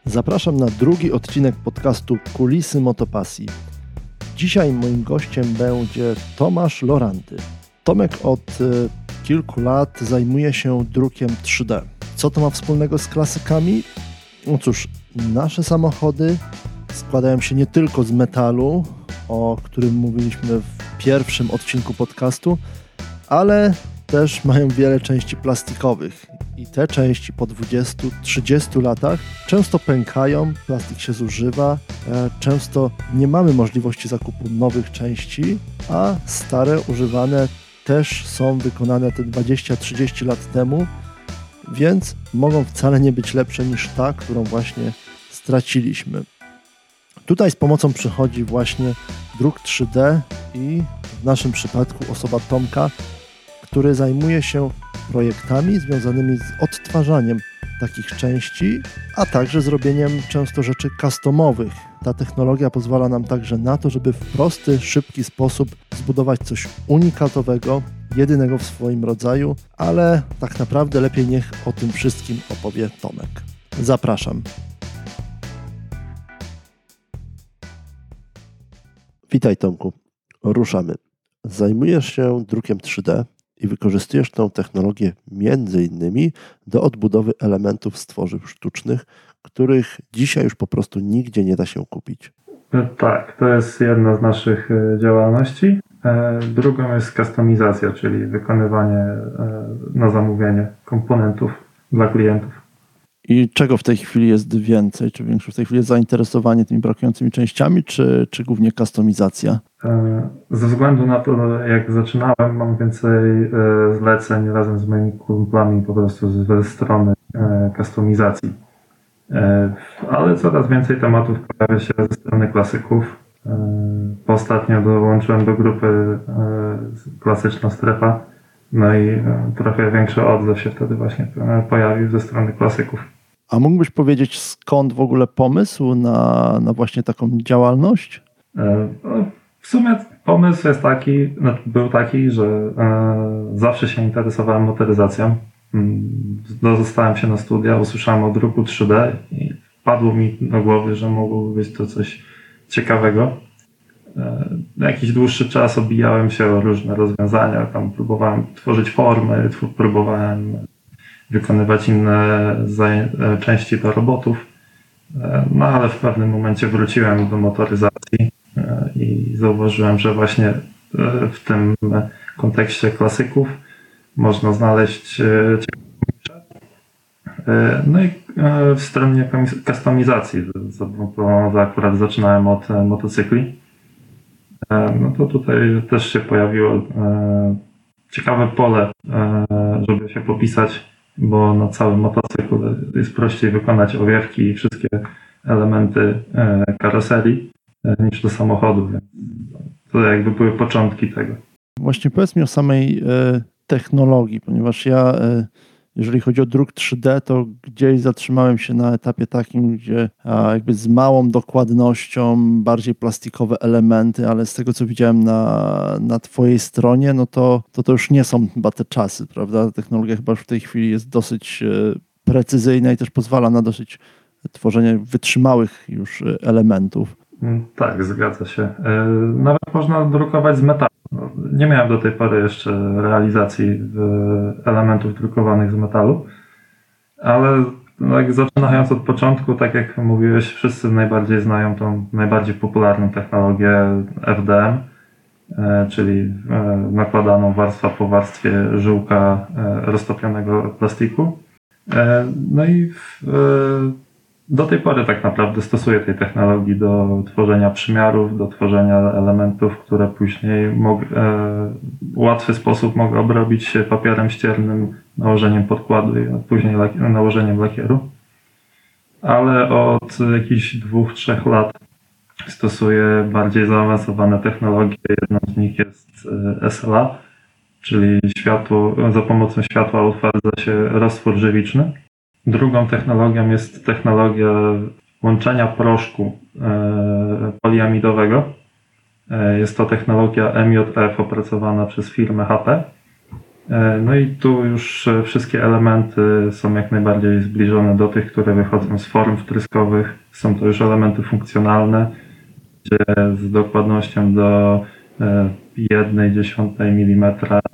Zapraszam na drugi odcinek podcastu Kulisy Motopasji. Dzisiaj moim gościem będzie Tomasz Loranty. Tomek od kilku lat zajmuje się drukiem 3D. Co to ma wspólnego z klasykami? No cóż, nasze samochody składają się nie tylko z metalu, o którym mówiliśmy w pierwszym odcinku podcastu, ale też mają wiele części plastikowych. I te części po 20-30 latach często pękają, plastik się zużywa, często nie mamy możliwości zakupu nowych części, a stare, używane też są wykonane te 20-30 lat temu, więc mogą wcale nie być lepsze niż ta, którą właśnie straciliśmy. Tutaj z pomocą przychodzi właśnie druk 3D i w naszym przypadku osoba Tomka, który zajmuje się projektami związanymi z odtwarzaniem takich części, a także zrobieniem często rzeczy customowych. Ta technologia pozwala nam także na to, żeby w prosty, szybki sposób zbudować coś unikatowego, jedynego w swoim rodzaju, ale tak naprawdę lepiej niech o tym wszystkim opowie Tomek. Zapraszam. Witaj Tomku, ruszamy. Zajmujesz się drukiem 3D i wykorzystujesz tę technologię m.in. do odbudowy elementów z tworzyw sztucznych, których dzisiaj już po prostu nigdzie nie da się kupić. Tak, to jest jedna z naszych działalności. Drugą jest kustomizacja, czyli wykonywanie na zamówienie komponentów dla klientów. I czego w tej chwili jest więcej? Czy większe w tej chwili jest zainteresowanie tymi brakującymi częściami, czy głównie kustomizacja? Ze względu na to, jak zaczynałem, mam więcej zleceń razem z moimi kumplami po prostu ze strony kustomizacji. Ale coraz więcej tematów pojawia się ze strony klasyków. Ostatnio dołączyłem do grupy Klasyczna Strefa, no i trochę większy odzew się wtedy właśnie pojawił ze strony klasyków. A mógłbyś powiedzieć, skąd w ogóle pomysł na właśnie taką działalność? W sumie pomysł jest był taki, że zawsze się interesowałem motoryzacją. Dostałem się na studia, usłyszałem o druku 3D i wpadło mi do głowy, że mogłoby być to coś ciekawego. Jakiś dłuższy czas obijałem się o różne rozwiązania, tam próbowałem tworzyć formy, próbowałem wykonywać inne części do robotów, no ale w pewnym momencie wróciłem do motoryzacji i zauważyłem, że właśnie w tym kontekście klasyków można znaleźć ciekawe. No i w stronie kustomizacji, bo akurat zaczynałem od motocykli, no to tutaj też się pojawiło ciekawe pole, żeby się popisać, bo na całym motocyklu jest prościej wykonać owiewki i wszystkie elementy karoserii niż do samochodu. To jakby były początki tego. Właśnie powiedz mi o samej technologii, ponieważ ja, jeżeli chodzi o druk 3D, to gdzieś zatrzymałem się na etapie takim, gdzie jakby z małą dokładnością, bardziej plastikowe elementy, ale z tego, co widziałem na twojej stronie, no to już nie są chyba te czasy, prawda? Technologia chyba już w tej chwili jest dosyć precyzyjna i też pozwala na dosyć tworzenie wytrzymałych już elementów. Tak, zgadza się. Nawet można drukować z metalu. Nie miałem do tej pory jeszcze realizacji elementów drukowanych z metalu, ale jak zaczynając od początku, tak jak mówiłeś, wszyscy najbardziej znają tą najbardziej popularną technologię FDM, czyli nakładaną warstwa po warstwie żyłka roztopionego plastiku. No i do tej pory tak naprawdę stosuję tej technologii do tworzenia przymiarów, do tworzenia elementów, które później w łatwy sposób mogę obrobić papierem ściernym, nałożeniem podkładu i później nałożeniem lakieru. Ale od jakichś 2-3 lat stosuję bardziej zaawansowane technologie. Jedną z nich jest SLA, czyli za pomocą światła utwarza się roztwór żywiczny. Drugą technologią jest technologia łączenia proszku poliamidowego. Jest to technologia MJF opracowana przez firmę HP. No i tu już wszystkie elementy są jak najbardziej zbliżone do tych, które wychodzą z form wtryskowych. Są to już elementy funkcjonalne, gdzie z dokładnością do 1/10 mm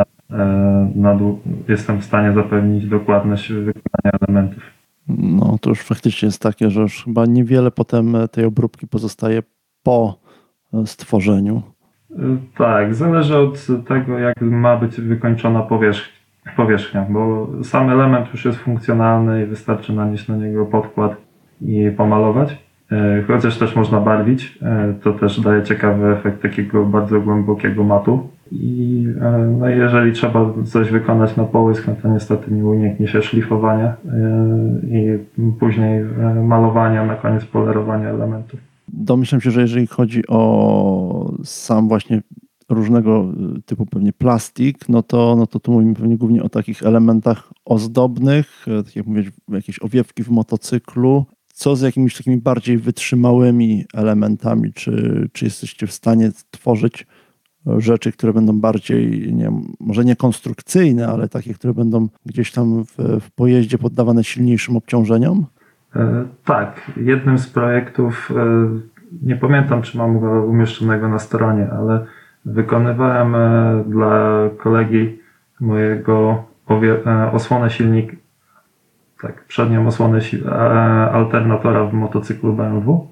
jestem w stanie zapewnić dokładność wykonania elementów. No to już faktycznie jest takie, że już chyba niewiele potem tej obróbki pozostaje po stworzeniu. Tak, zależy od tego, jak ma być wykończona powierzchnia, bo sam element już jest funkcjonalny i wystarczy nanieść na niego podkład i pomalować. Chociaż też można barwić, to też daje ciekawy efekt takiego bardzo głębokiego matu. I no jeżeli trzeba coś wykonać na połysk, no to niestety nie uniknie się szlifowania i później malowania, na koniec polerowania elementów. Domyślam się, że jeżeli chodzi o sam właśnie różnego typu pewnie plastik, no to tu mówimy pewnie głównie o takich elementach ozdobnych, tak jak mówię, jakieś owiewki w motocyklu. Co z jakimiś takimi bardziej wytrzymałymi elementami? Czy jesteście w stanie tworzyć rzeczy, które będą bardziej, może nie konstrukcyjne, ale takie, które będą gdzieś tam w pojeździe poddawane silniejszym obciążeniom? Tak, jednym z projektów, nie pamiętam, czy mam go umieszczonego na stronie, ale wykonywałem dla kolegi mojego osłonę silnika, tak, przednią osłonę alternatora w motocyklu BMW.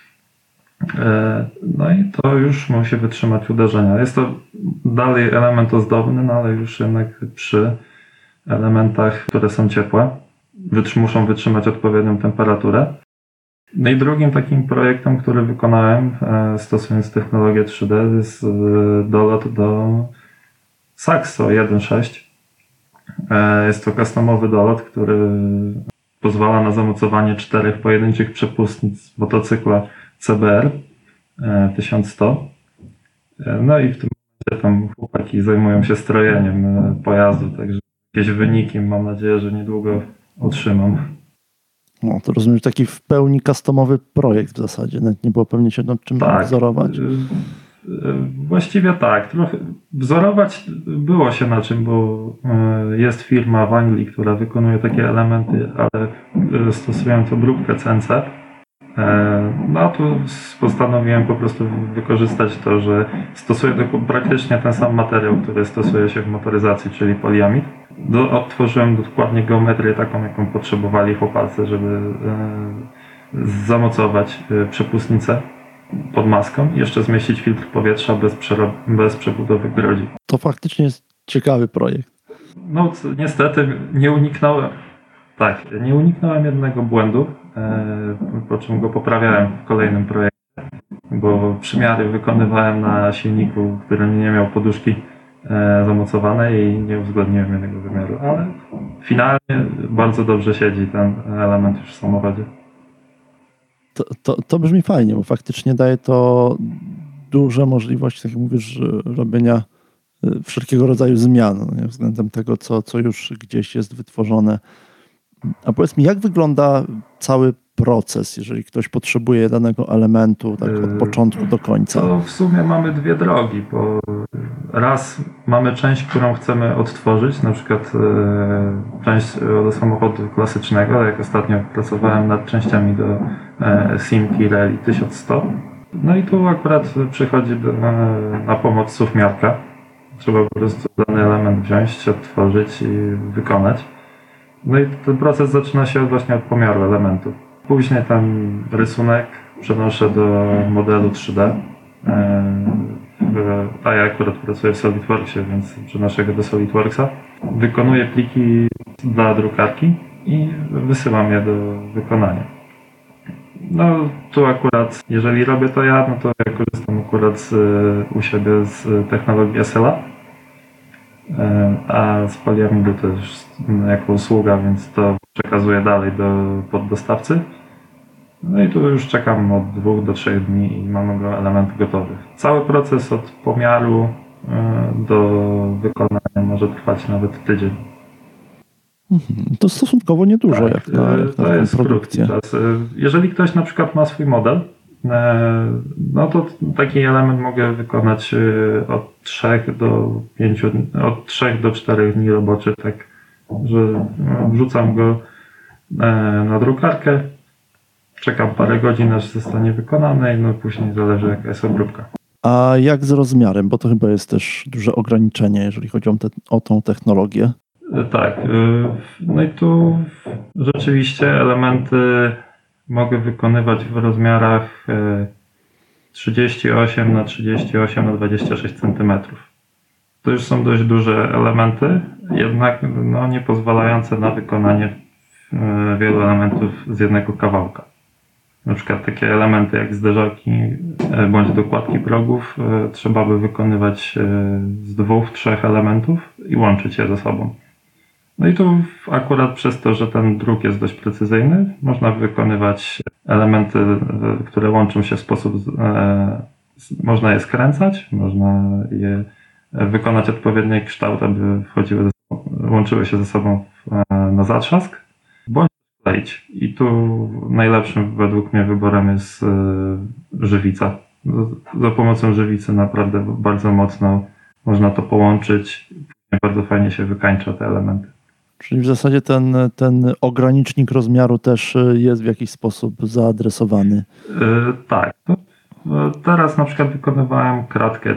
No i to już musi wytrzymać uderzenia. Jest to dalej element ozdobny, no ale już jednak przy elementach, które są ciepłe, muszą wytrzymać odpowiednią temperaturę. No i drugim takim projektem, który wykonałem, stosując technologię 3D, jest dolot do Saxo 1.6. Jest to customowy dolot, który pozwala na zamocowanie 4 pojedynczych przepustnic motocykla CBR 1100. No i w tym momencie tam chłopaki zajmują się strojeniem pojazdu, także jakieś wyniki mam nadzieję, że niedługo otrzymam. No, to rozumiem, że taki w pełni customowy projekt w zasadzie. Nawet nie było pewnie się nad czym wzorować. Właściwie tak. Trochę wzorować było się na czym, bo jest firma w Anglii, która wykonuje takie elementy, ale stosując obróbkę CNC. No a tu postanowiłem po prostu wykorzystać to, że stosuję praktycznie ten sam materiał, który stosuje się w motoryzacji, czyli poliamid. Odtworzyłem dokładnie geometrię taką, jaką potrzebowali chłopacy, żeby zamocować przepustnicę pod maską i jeszcze zmieścić filtr powietrza bez przebudowy grodzi. To faktycznie jest ciekawy projekt. No niestety nie uniknąłem jednego błędu, po czym go poprawiałem w kolejnym projekcie, bo przymiary wykonywałem na silniku, który nie miał poduszki zamocowanej i nie uwzględniłem jednego wymiaru, ale finalnie bardzo dobrze siedzi ten element już w samochodzie. To brzmi fajnie, bo faktycznie daje to duże możliwości, tak jak mówisz, robienia wszelkiego rodzaju zmian względem tego, co już gdzieś jest wytworzone. A powiedz mi, jak wygląda cały proces, jeżeli ktoś potrzebuje danego elementu tak od początku do końca? To w sumie mamy dwie drogi, bo raz mamy część, którą chcemy odtworzyć, na przykład część do samochodu klasycznego, jak ostatnio pracowałem nad częściami do Simki Rally 1100. No i tu akurat przychodzi na pomoc suwmiarka. Trzeba po prostu dany element wziąć, odtworzyć i wykonać. No i ten proces zaczyna się właśnie od pomiaru elementów. Później ten rysunek przenoszę do modelu 3D. A ja akurat pracuję w SolidWorksie, więc przenoszę go do SolidWorksa. Wykonuję pliki dla drukarki i wysyłam je do wykonania. No tu akurat, jeżeli robię to ja, no to ja korzystam akurat u siebie z technologii SLA. A z poliamidu też jako usługa, więc to przekazuję dalej do poddostawcy. No i tu już czekam od 2 do 3 dni i mamy go element gotowy. Cały proces od pomiaru do wykonania może trwać nawet tydzień. To stosunkowo niedużo, tak, jak na to jest produkcję. Czas. Jeżeli ktoś na przykład ma swój model no to taki element mogę wykonać od 3 do 5, od 3 do 4 dni roboczych, tak, że wrzucam go na drukarkę, czekam parę godzin, aż zostanie wykonany, no później zależy, jaka jest obróbka. A jak z rozmiarem? Bo to chyba jest też duże ograniczenie, jeżeli chodzi o tą technologię. Tak. No i tu rzeczywiście elementy mogę wykonywać w rozmiarach 38 na 38 na 26 cm. To już są dość duże elementy, jednak no, nie pozwalające na wykonanie wielu elementów z jednego kawałka. Na przykład takie elementy jak zderzaki bądź dokładki progów trzeba by wykonywać z 2-3 elementów i łączyć je ze sobą. No i tu akurat przez to, że ten druk jest dość precyzyjny, można wykonywać elementy, które łączą się w sposób, można je skręcać, można je wykonać odpowiedni kształt, aby łączyły się ze sobą na zatrzask, bądź kleić. I tu najlepszym według mnie wyborem jest żywica. Za pomocą żywicy naprawdę bardzo mocno można to połączyć, bardzo fajnie się wykańcza te elementy. Czyli w zasadzie ten ogranicznik rozmiaru też jest w jakiś sposób zaadresowany. Tak. Teraz na przykład wykonywałem kratkę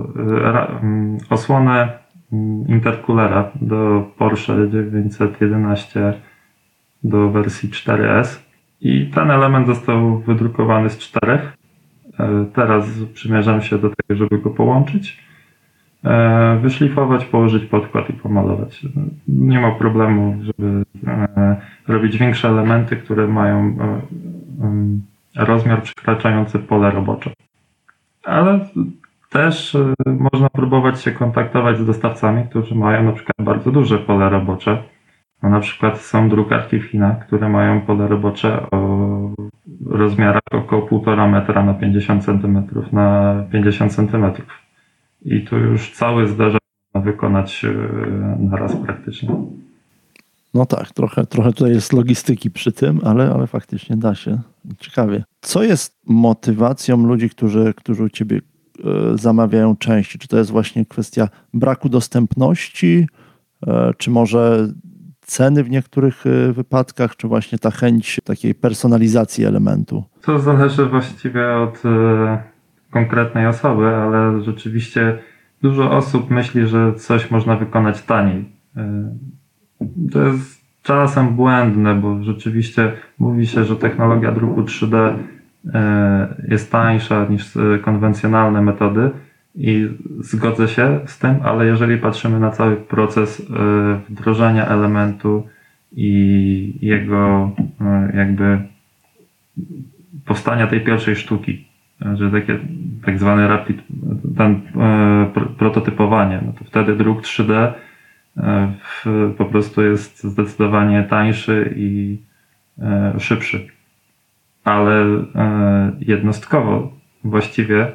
osłonę intercoolera do Porsche 911 do wersji 4S i ten element został wydrukowany z 4. Teraz przymierzam się do tego, żeby go połączyć, wyszlifować, położyć podkład i pomalować. Nie ma problemu, żeby robić większe elementy, które mają rozmiar przekraczający pole robocze. Ale też można próbować się kontaktować z dostawcami, którzy mają na przykład bardzo duże pole robocze. No, na przykład są drukarki w Chinach, które mają pole robocze o rozmiarach około 1,5 metra na 50 cm na 50 cm. I tu już cały zderzak można wykonać naraz praktycznie. No tak, trochę tutaj jest logistyki przy tym, ale faktycznie da się. Ciekawie. Co jest motywacją ludzi, którzy u Ciebie zamawiają części? Czy to jest właśnie kwestia braku dostępności, czy może ceny w niektórych wypadkach, czy właśnie ta chęć takiej personalizacji elementu? To zależy właściwie od konkretnej osoby, ale rzeczywiście dużo osób myśli, że coś można wykonać taniej. To jest czasem błędne, bo rzeczywiście mówi się, że technologia druku 3D jest tańsza niż konwencjonalne metody i zgodzę się z tym, ale jeżeli patrzymy na cały proces wdrożenia elementu i jego jakby powstania tej pierwszej sztuki, że takie tak zwany rapid, prototypowanie, no to wtedy druk 3D po prostu jest zdecydowanie tańszy i szybszy. Ale jednostkowo właściwie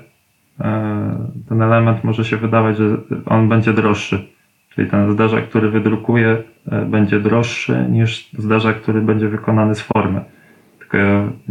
ten element może się wydawać, że on będzie droższy. Czyli ten zderzak, który wydrukuje, będzie droższy niż zderzak, który będzie wykonany z formy. Tylko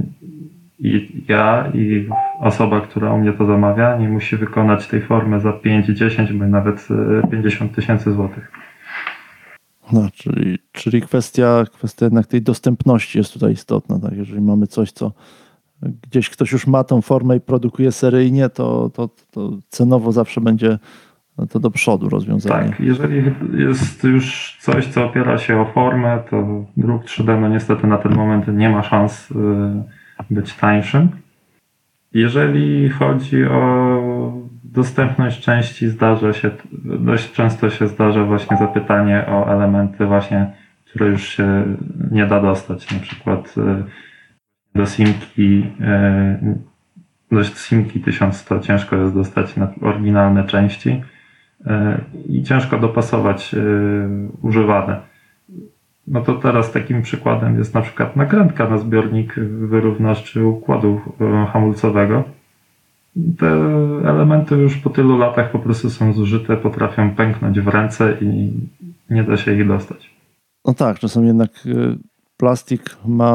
ja i osoba, która u mnie to zamawia, nie musi wykonać tej formy za 5, 10, bo nawet 50 tysięcy złotych. No, czyli kwestia jednak tej dostępności jest tutaj istotna. Tak? Jeżeli mamy coś, co gdzieś ktoś już ma tą formę i produkuje seryjnie, to cenowo zawsze będzie to do przodu rozwiązanie. Tak, jeżeli jest już coś, co opiera się o formę, to druk 3D no niestety na ten moment nie ma szans być tańszym. Jeżeli chodzi o dostępność części, dość często się zdarza właśnie zapytanie o elementy właśnie, które już się nie da dostać. Na przykład do Simki 1100 ciężko jest dostać na oryginalne części i ciężko dopasować używane. No to teraz takim przykładem jest na przykład nakrętka na zbiornik wyrównawczy układu hamulcowego. Te elementy już po tylu latach po prostu są zużyte, potrafią pęknąć w ręce i nie da się ich dostać. No tak, czasem jednak plastik ma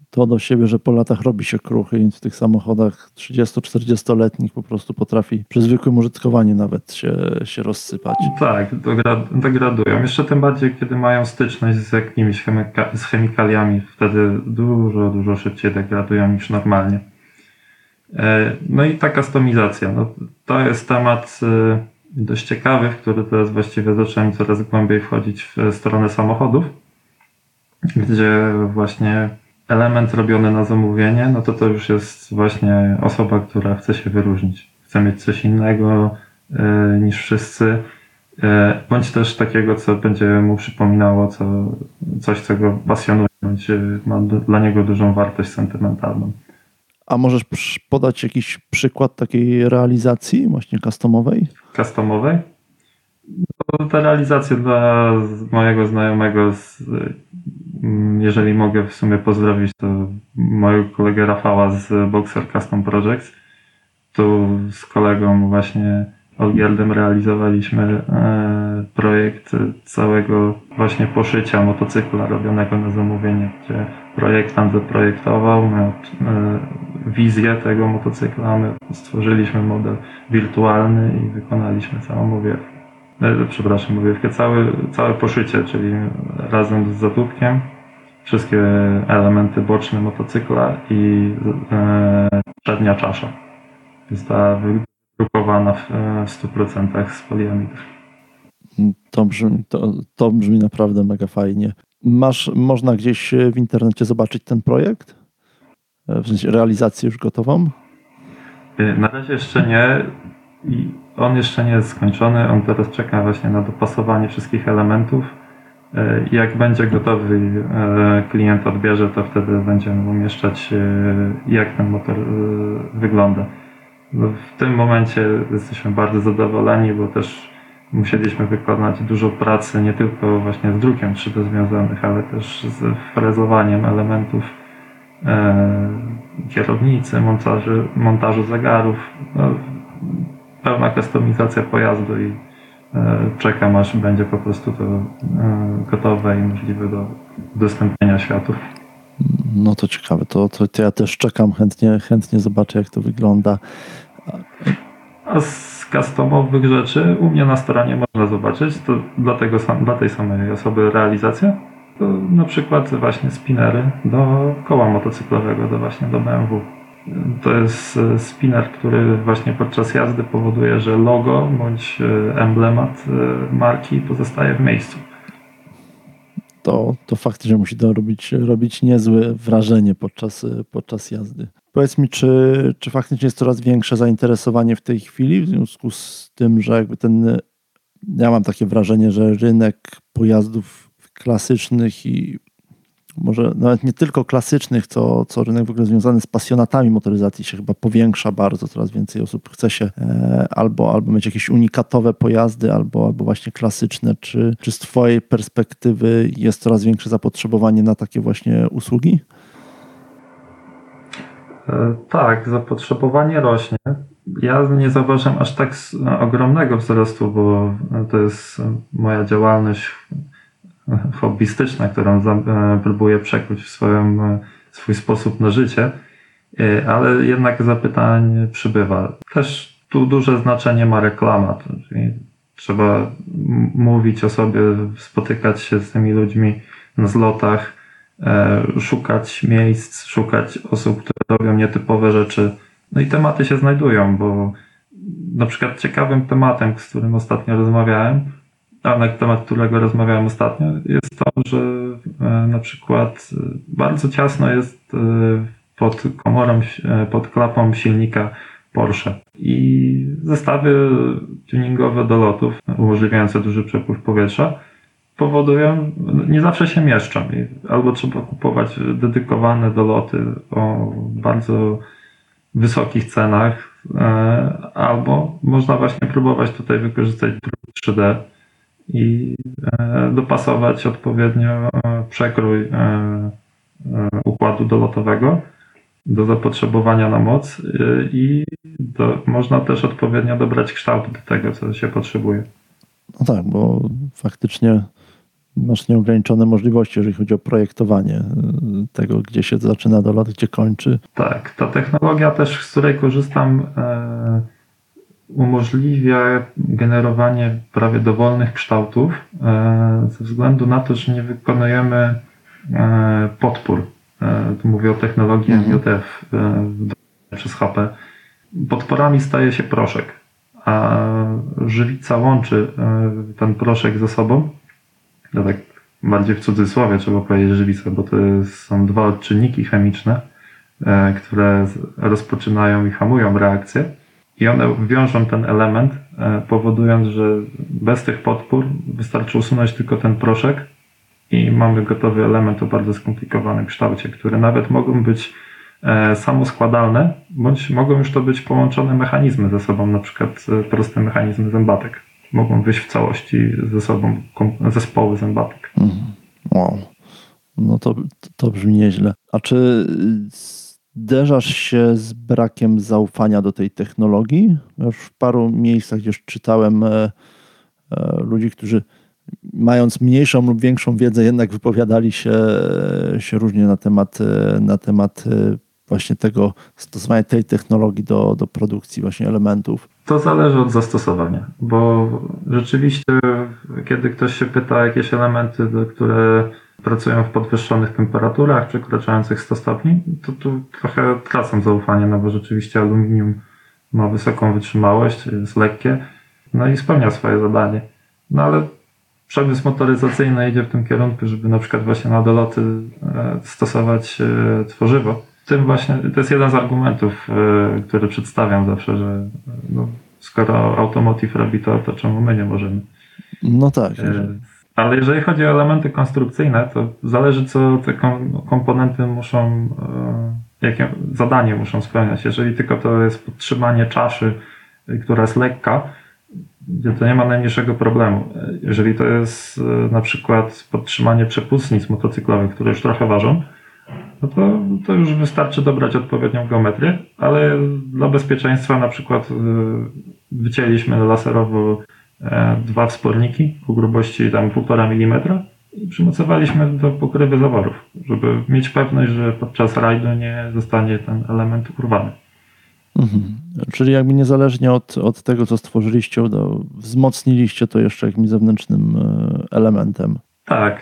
to do siebie, że po latach robi się kruchy i w tych samochodach 30-40-letnich po prostu potrafi przy zwykłym użytkowaniu nawet się rozsypać. Tak, degradują. Jeszcze tym bardziej, kiedy mają styczność z jakimiś z chemikaliami, wtedy dużo szybciej degradują niż normalnie. No i ta kustomizacja. No, to jest temat dość ciekawy, w który teraz właściwie zacząłem coraz głębiej wchodzić w stronę samochodów, gdzie właśnie element robiony na zamówienie, no to już jest właśnie osoba, która chce się wyróżnić. Chce mieć coś innego niż wszyscy, bądź też takiego, co będzie mu przypominało coś, co go pasjonuje, bądź ma dla niego dużą wartość sentymentalną. A możesz podać jakiś przykład takiej realizacji właśnie customowej? Customowej? No, te realizacje dla mojego znajomego, jeżeli mogę w sumie pozdrowić, to mojego kolegę Rafała z Boxer Custom Projects. Tu z kolegą właśnie Olgierdem realizowaliśmy projekt całego właśnie poszycia motocykla robionego na zamówienie, gdzie projektant zaprojektował, miał wizję tego motocykla, my stworzyliśmy model wirtualny i wykonaliśmy całą mowiewkę, całe poszycie, czyli razem z zatupkiem, wszystkie elementy boczne motocykla i przednia czasza. Została wydrukowana w 100% z poliamidu. To brzmi naprawdę mega fajnie. Można gdzieś w internecie zobaczyć ten projekt? W sensie realizację już gotową? Na razie jeszcze nie. I on jeszcze nie jest skończony. On teraz czeka właśnie na dopasowanie wszystkich elementów. Jak będzie gotowy, klient odbierze, to wtedy będziemy umieszczać, jak ten motor wygląda. W tym momencie jesteśmy bardzo zadowoleni, bo też musieliśmy wykonać dużo pracy, nie tylko właśnie z drukiem 3D związanych, ale też z frezowaniem elementów kierownicy, montażu zegarów. No, pełna kustomizacja pojazdu i czekam, aż będzie po prostu to gotowe i możliwe do udostępnienia światu. No to ciekawe, to ja też czekam, chętnie zobaczę, jak to wygląda. A z customowych rzeczy u mnie na stronie można zobaczyć, to dla tej samej osoby realizacja, to na przykład właśnie spinery do koła motocyklowego, do BMW. To jest spinner, który właśnie podczas jazdy powoduje, że logo bądź emblemat marki pozostaje w miejscu. To faktycznie musi to robić niezłe wrażenie podczas jazdy. Powiedz mi, czy faktycznie jest coraz większe zainteresowanie w tej chwili, w związku z tym, że jakby ja mam takie wrażenie, że rynek pojazdów klasycznych i może nawet nie tylko klasycznych, co rynek w ogóle związany z pasjonatami motoryzacji się chyba powiększa bardzo. Coraz więcej osób chce się albo mieć jakieś unikatowe pojazdy, albo właśnie klasyczne. Czy z twojej perspektywy jest coraz większe zapotrzebowanie na takie właśnie usługi? Tak, zapotrzebowanie rośnie. Ja nie zauważam aż tak ogromnego wzrostu, bo to jest moja działalność hobbystyczna, którą próbuję przekuć w swój sposób na życie, ale jednak zapytań przybywa. Też tu duże znaczenie ma reklama, czyli trzeba mówić o sobie, spotykać się z tymi ludźmi na zlotach, szukać miejsc, szukać osób, które robią nietypowe rzeczy. No i tematy się znajdują, bo na przykład ciekawym tematem, z którym ostatnio rozmawiałem, na temat którego rozmawiałem ostatnio, jest to, że na przykład bardzo ciasno jest pod komorą, pod klapą silnika Porsche i zestawy tuningowe do lotów umożliwiające duży przepływ powietrza powodują, nie zawsze się mieszczą i albo trzeba kupować dedykowane do loty o bardzo wysokich cenach, albo można właśnie próbować tutaj wykorzystać druk 3D i dopasować odpowiednio przekrój układu dolotowego do zapotrzebowania na moc i można też odpowiednio dobrać kształt do tego, co się potrzebuje. No tak, bo faktycznie masz nieograniczone możliwości, jeżeli chodzi o projektowanie tego, gdzie się zaczyna dolot, gdzie kończy. Tak, ta technologia też, z której korzystam, umożliwia generowanie prawie dowolnych kształtów ze względu na to, że nie wykonujemy podpór. Tu mówię o technologii MJF przez HP. Podporami staje się proszek, a żywica łączy ten proszek ze sobą. To tak bardziej w cudzysłowie trzeba powiedzieć żywica, bo to są dwa odczynniki chemiczne, które rozpoczynają i hamują reakcję. I one wiążą ten element, powodując, że bez tych podpór wystarczy usunąć tylko ten proszek i mamy gotowy element o bardzo skomplikowanym kształcie, które nawet mogą być samoskładalne, bądź mogą już to być połączone mechanizmy ze sobą, na przykład proste mechanizmy zębatek. Mogą wyjść w całości ze sobą zespoły zębatek. Wow. No to brzmi nieźle. A czy zderzasz się z brakiem zaufania do tej technologii? Już w paru miejscach gdzieś czytałem ludzi, którzy mając mniejszą lub większą wiedzę, jednak wypowiadali się różnie na temat właśnie tego stosowania tej technologii do produkcji właśnie elementów. To zależy od zastosowania, bo rzeczywiście kiedy ktoś się pyta o jakieś elementy, które pracują w podwyższonych temperaturach przekraczających 100 stopni, to tu trochę tracą zaufanie, no bo rzeczywiście aluminium ma wysoką wytrzymałość, jest lekkie, no i spełnia swoje zadanie. No ale przemysł motoryzacyjny idzie w tym kierunku, żeby na przykład właśnie na doloty stosować tworzywo. Tym właśnie, to jest jeden z argumentów, który przedstawiam zawsze, że no, skoro automotive robi to czemu my nie możemy. No tak. Ale jeżeli chodzi o elementy konstrukcyjne, to zależy, co te komponenty muszą, jakie zadanie muszą spełniać. Jeżeli tylko to jest podtrzymanie czaszy, która jest lekka, gdzie to nie ma najmniejszego problemu. Jeżeli to jest na przykład podtrzymanie przepustnic motocyklowych, które już trochę ważą, no to już wystarczy dobrać odpowiednią geometrię, ale dla bezpieczeństwa na przykład wycięliśmy laserowo dwa wsporniki o grubości tam 1,5 mm i przymocowaliśmy do pokrywy zaworów, żeby mieć pewność, że podczas rajdu nie zostanie ten element urwany. Czyli jakby niezależnie od tego, co stworzyliście, wzmocniliście to jeszcze jakimś zewnętrznym elementem. Tak.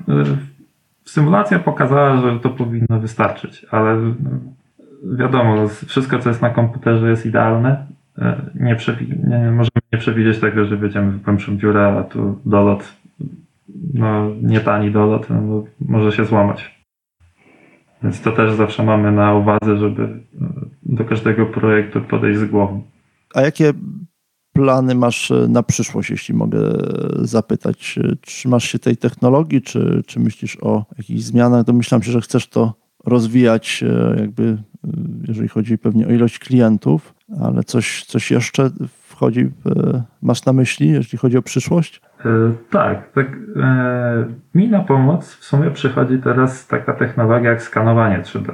Symulacja pokazała, że to powinno wystarczyć, ale wiadomo, wszystko co jest na komputerze jest idealne. Nie możemy nie przewidzieć tego, że wejdziemy w głębszą dziurę, a tu dolot, no nie tani dolot, no, może się złamać. Więc to też zawsze mamy na uwadze, żeby do każdego projektu podejść z głową. A jakie plany masz na przyszłość, jeśli mogę zapytać? Trzymasz się tej technologii, czy myślisz o jakichś zmianach? Domyślam się, że chcesz to rozwijać, jakby, jeżeli chodzi pewnie o ilość klientów, ale coś jeszcze masz na myśli, jeśli chodzi o przyszłość? Tak. Mi na pomoc w sumie przychodzi teraz taka technologia jak skanowanie 3D.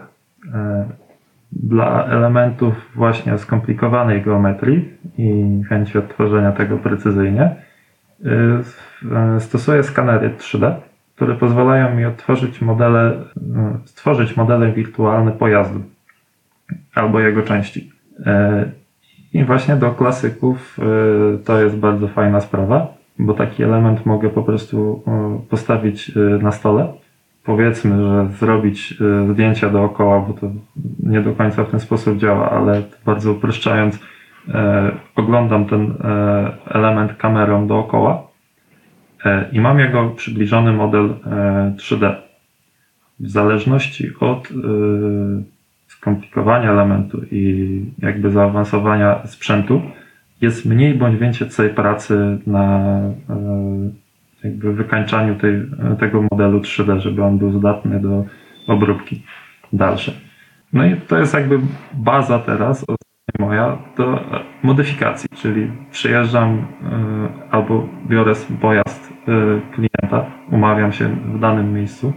Dla elementów właśnie skomplikowanej geometrii i chęci odtworzenia tego precyzyjnie stosuję skanery 3D, które pozwalają mi stworzyć modele wirtualne pojazdu albo jego części. I właśnie do klasyków to jest bardzo fajna sprawa, bo taki element mogę po prostu postawić na stole. Powiedzmy, że zrobić zdjęcia dookoła, bo to nie do końca w ten sposób działa, ale bardzo upraszczając, oglądam ten element kamerą dookoła i mam jego przybliżony model 3D. W zależności od skomplikowania elementu i jakby zaawansowania sprzętu jest mniej bądź więcej pracy na jakby wykańczaniu tego modelu 3D, żeby on był zdatny do obróbki dalszej. No i to jest jakby baza teraz moja do modyfikacji, czyli przyjeżdżam albo biorę pojazd klienta, umawiam się w danym miejscu,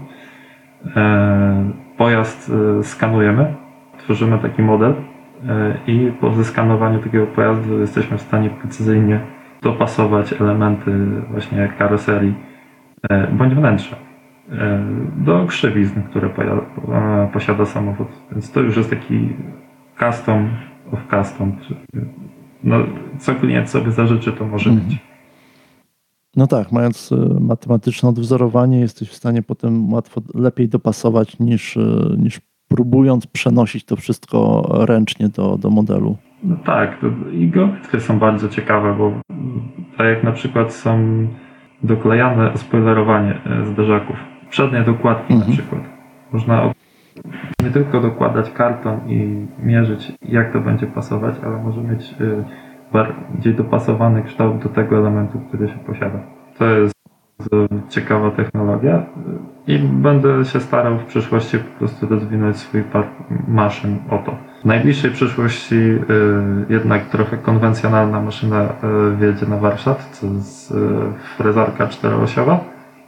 pojazd skanujemy, tworzymy taki model i po zeskanowaniu takiego pojazdu jesteśmy w stanie precyzyjnie dopasować elementy właśnie karoserii bądź wnętrza do krzywizn, które posiada samochód. Więc to już jest taki custom of custom. No, co klient sobie zażyczy, to może być. No tak, mając matematyczne odwzorowanie, jesteś w stanie potem lepiej dopasować niż próbując przenosić to wszystko ręcznie do modelu. No tak, i geometrie są bardzo ciekawe, bo tak jak na przykład są doklejane spoilerowanie zderzaków, przednie dokładki na przykład. Można nie tylko dokładać karton i mierzyć, jak to będzie pasować, ale może mieć bardziej dopasowany kształt do tego elementu, który się posiada. To jest ciekawa technologia i będę się starał w przyszłości po prostu rozwinąć swój park maszyn o to. W najbliższej przyszłości jednak trochę konwencjonalna maszyna wjedzie na warsztat, to jest frezarka czteroosiowa.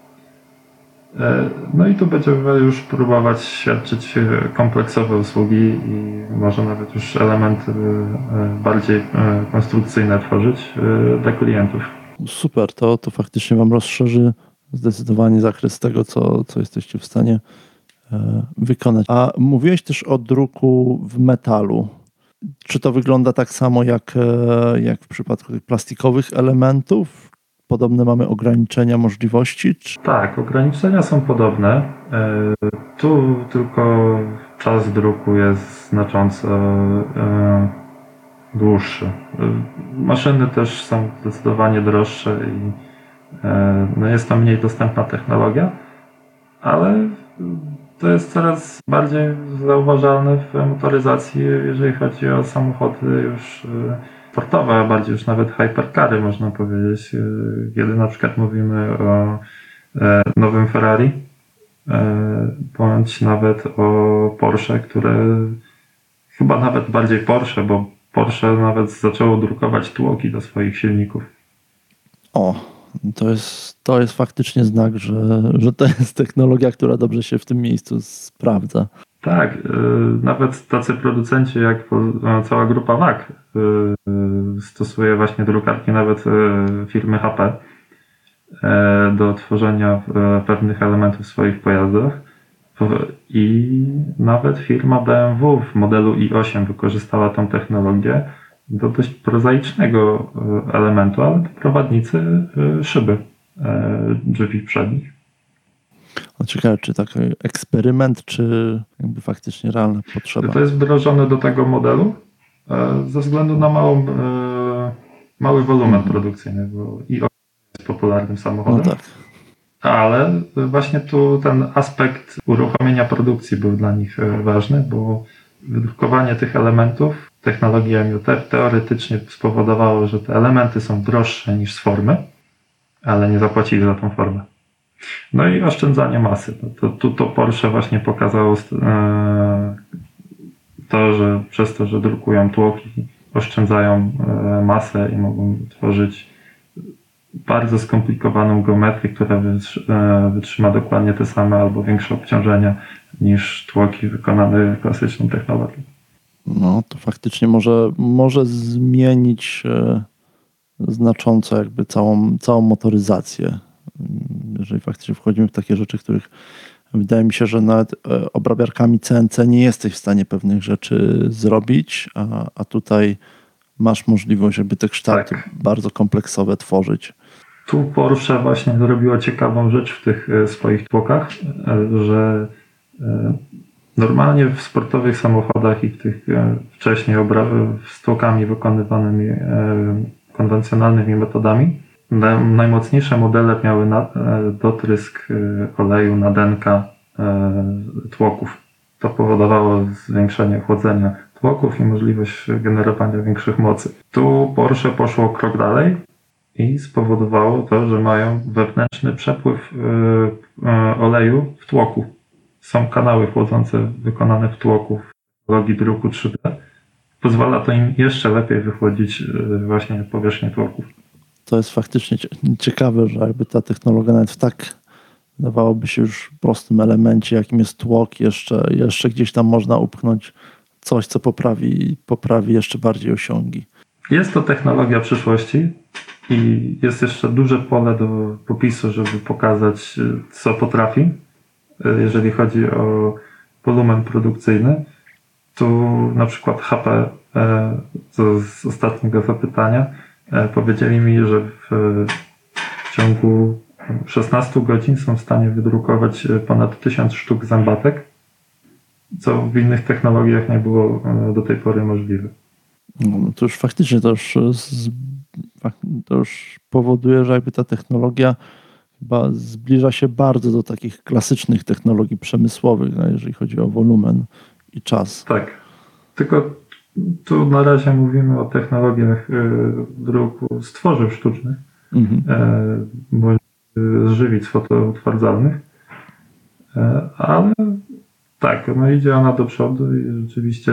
No i tu będziemy już próbować świadczyć kompleksowe usługi i może nawet już elementy bardziej konstrukcyjne tworzyć dla klientów. Super, to faktycznie Wam rozszerzy zdecydowanie zakres tego, co jesteście w stanie wykonać. A mówiłeś też o druku w metalu. Czy to wygląda tak samo jak w przypadku tych plastikowych elementów? Podobne mamy ograniczenia, możliwości? Tak, ograniczenia są podobne. Tu tylko czas druku jest znacząco dłuższy. Maszyny też są zdecydowanie droższe i jest to mniej dostępna technologia, ale to jest coraz bardziej zauważalne w motoryzacji, jeżeli chodzi o samochody już sportowe, a bardziej już nawet hypercary, można powiedzieć. Kiedy na przykład mówimy o nowym Ferrari, bądź nawet o Porsche, które chyba nawet bardziej Porsche, bo Porsche nawet zaczęło drukować tłoki do swoich silników. O, to jest faktycznie znak, że to jest technologia, która dobrze się w tym miejscu sprawdza. Tak, nawet tacy producenci jak cała grupa WAG stosuje właśnie drukarki nawet firmy HP do tworzenia pewnych elementów w swoich pojazdach. I nawet firma BMW w modelu i8 wykorzystała tą technologię do dość prozaicznego elementu, ale do prowadnicy szyby drzwi przednich. No ciekawe, czy taki eksperyment, czy jakby faktycznie realna potrzeba. To jest wdrożone do tego modelu ze względu na mały wolumen produkcyjny, bo i jest popularnym samochodem. No tak. Ale właśnie tu ten aspekt uruchomienia produkcji był dla nich ważny, bo wydrukowanie tych elementów, technologia MIUT teoretycznie spowodowało, że te elementy są droższe niż z formy, ale nie zapłacili za tą formę. No i oszczędzanie masy. To Porsche właśnie pokazało to, że przez to, że drukują tłoki, oszczędzają masę i mogą tworzyć bardzo skomplikowaną geometrię, która wytrzyma dokładnie te same albo większe obciążenia niż tłoki wykonane klasyczną technologią. No to faktycznie może zmienić znacząco jakby całą motoryzację. Jeżeli faktycznie wchodzimy w takie rzeczy, których wydaje mi się, że nawet obrabiarkami CNC nie jesteś w stanie pewnych rzeczy zrobić, a tutaj masz możliwość, żeby te kształty bardzo kompleksowe tworzyć. Tu Porsche właśnie zrobiło ciekawą rzecz w tych swoich tłokach, że normalnie w sportowych samochodach i w tych wcześniej z tłokami wykonywanymi konwencjonalnymi metodami najmocniejsze modele miały dotrysk oleju na denka tłoków. To powodowało zwiększenie chłodzenia tłoków i możliwość generowania większych mocy. Tu Porsche poszło krok dalej i spowodowało to, że mają wewnętrzny przepływ oleju w tłoku. Są kanały chłodzące wykonane w tłoku w technologii druku 3D. Pozwala to im jeszcze lepiej wychłodzić właśnie powierzchnię tłoków. To jest faktycznie ciekawe, że jakby ta technologia nawet w tak wydawałoby się już prostym elemencie, jakim jest tłok, jeszcze gdzieś tam można upchnąć coś, co poprawi jeszcze bardziej osiągi. Jest to technologia przyszłości. i jest jeszcze duże pole do popisu, żeby pokazać, co potrafi, jeżeli chodzi o wolumen produkcyjny. Tu na przykład HP, co z ostatniego zapytania, powiedzieli mi, że w ciągu 16 godzin są w stanie wydrukować ponad 1000 sztuk zębatek, co w innych technologiach nie było do tej pory możliwe. No, to już faktycznie to już powoduje, że jakby ta technologia chyba zbliża się bardzo do takich klasycznych technologii przemysłowych, jeżeli chodzi o wolumen i czas. Tak, tylko tu na razie mówimy o technologiach druku z tworzyw sztucznych, bądź żywic fotoutwardzalnych, ale tak, no idzie ona do przodu i rzeczywiście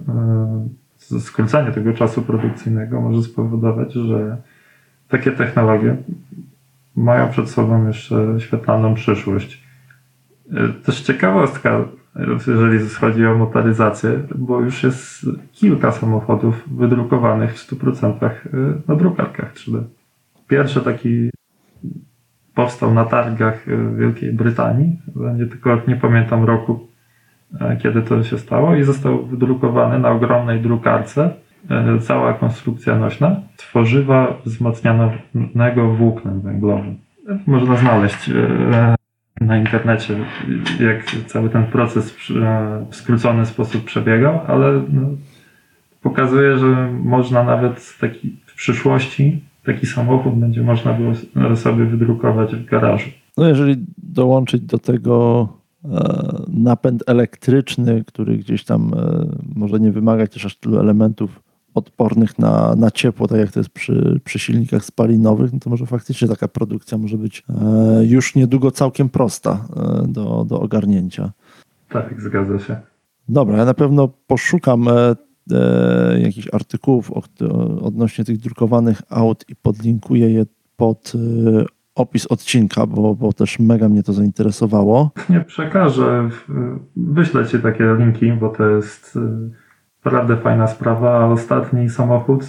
skrócenie tego czasu produkcyjnego może spowodować, że takie technologie mają przed sobą jeszcze świetlaną przyszłość. Też ciekawostka, jeżeli chodzi o motoryzację, bo już jest kilka samochodów wydrukowanych w 100% na drukarkach 3D. Pierwszy taki powstał na targach w Wielkiej Brytanii, nie pamiętam roku, kiedy to się stało, i został wydrukowany na ogromnej drukarce. Cała konstrukcja nośna tworzywa wzmacnianego włóknem węglowym. Można znaleźć na internecie, jak cały ten proces w skrócony sposób przebiegał, ale pokazuje, że można nawet w przyszłości taki samochód będzie można było sobie wydrukować w garażu. No jeżeli dołączyć do tego napęd elektryczny, który gdzieś tam może nie wymagać też aż tylu elementów odpornych na ciepło, tak jak to jest przy silnikach spalinowych, no to może faktycznie taka produkcja może być już niedługo całkiem prosta do ogarnięcia. Tak, zgadza się. Dobra, ja na pewno poszukam jakichś artykułów odnośnie tych drukowanych aut i podlinkuję je pod opis odcinka, bo też mega mnie to zainteresowało. Nie przekażę, wyślę Ci takie linki, bo to jest naprawdę fajna sprawa, a ostatni samochód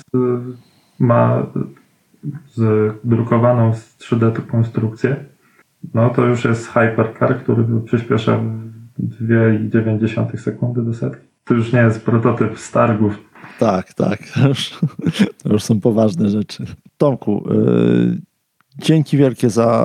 ma drukowaną z 3D konstrukcję. No to już jest hypercar, który przyspiesza 2,9 sekundy do setki. To już nie jest prototyp z targów. Tak. To już są poważne rzeczy. Tomku, dzięki wielkie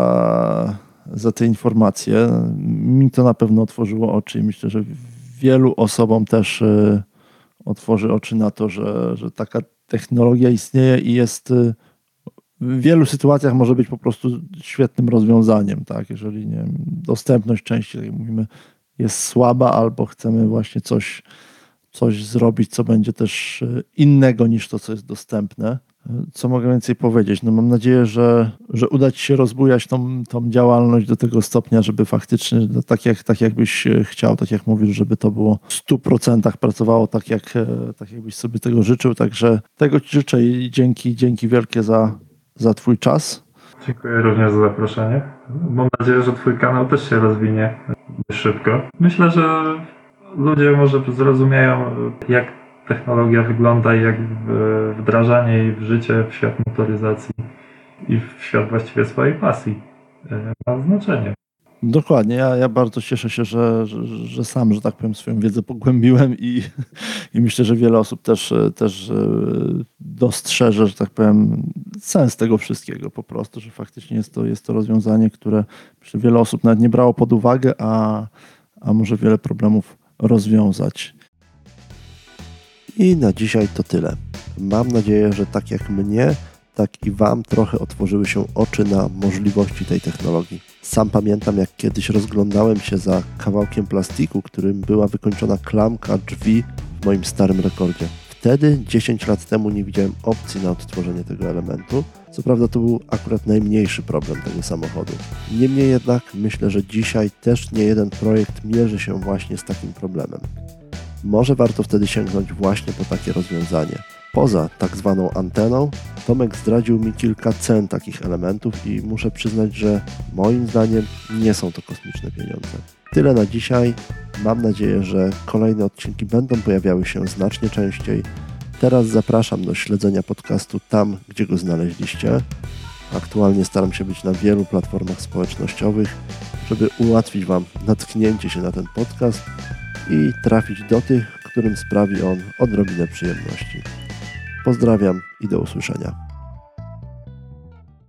za te informacje. Mi to na pewno otworzyło oczy i myślę, że wielu osobom też otworzy oczy na to, że taka technologia istnieje i jest w wielu sytuacjach może być po prostu świetnym rozwiązaniem, tak? Jeżeli nie wiem, dostępność części, tak jak mówimy, jest słaba albo chcemy właśnie coś zrobić, co będzie też innego niż to, co jest dostępne. Co mogę więcej powiedzieć? No mam nadzieję, że uda Ci się rozbujać tą działalność do tego stopnia, żeby faktycznie tak jakbyś chciał, tak jak mówisz, żeby to było w 100% pracowało tak jakbyś sobie tego życzył. Także tego Ci życzę i dzięki wielkie za Twój czas. Dziękuję również za zaproszenie. Mam nadzieję, że Twój kanał też się rozwinie szybko. Myślę, że ludzie może zrozumieją, jak technologia wygląda i jak wdrażanie jej w życie, w świat motoryzacji i w świat właściwie swojej pasji ma znaczenie. Dokładnie. Ja bardzo cieszę się, że sam, że tak powiem, swoją wiedzę pogłębiłem i myślę, że wiele osób też dostrzeże, że tak powiem, sens tego wszystkiego po prostu, że faktycznie jest to rozwiązanie, które myślę, wiele osób nawet nie brało pod uwagę, a może wiele problemów rozwiązać. I na dzisiaj to tyle. Mam nadzieję, że tak jak mnie, tak i Wam trochę otworzyły się oczy na możliwości tej technologii. Sam pamiętam, jak kiedyś rozglądałem się za kawałkiem plastiku, którym była wykończona klamka drzwi w moim starym rekordzie. Wtedy, 10 lat temu, nie widziałem opcji na odtworzenie tego elementu. Co prawda to był akurat najmniejszy problem tego samochodu. Niemniej jednak myślę, że dzisiaj też nie jeden projekt mierzy się właśnie z takim problemem. Może warto wtedy sięgnąć właśnie po takie rozwiązanie. Poza tak zwaną anteną, Tomek zdradził mi kilka cen takich elementów i muszę przyznać, że moim zdaniem nie są to kosmiczne pieniądze. Tyle na dzisiaj. Mam nadzieję, że kolejne odcinki będą pojawiały się znacznie częściej. Teraz zapraszam do śledzenia podcastu tam, gdzie go znaleźliście. Aktualnie staram się być na wielu platformach społecznościowych, żeby ułatwić Wam natknięcie się na ten podcast i trafić do tych, którym sprawi on odrobinę przyjemności. Pozdrawiam i do usłyszenia.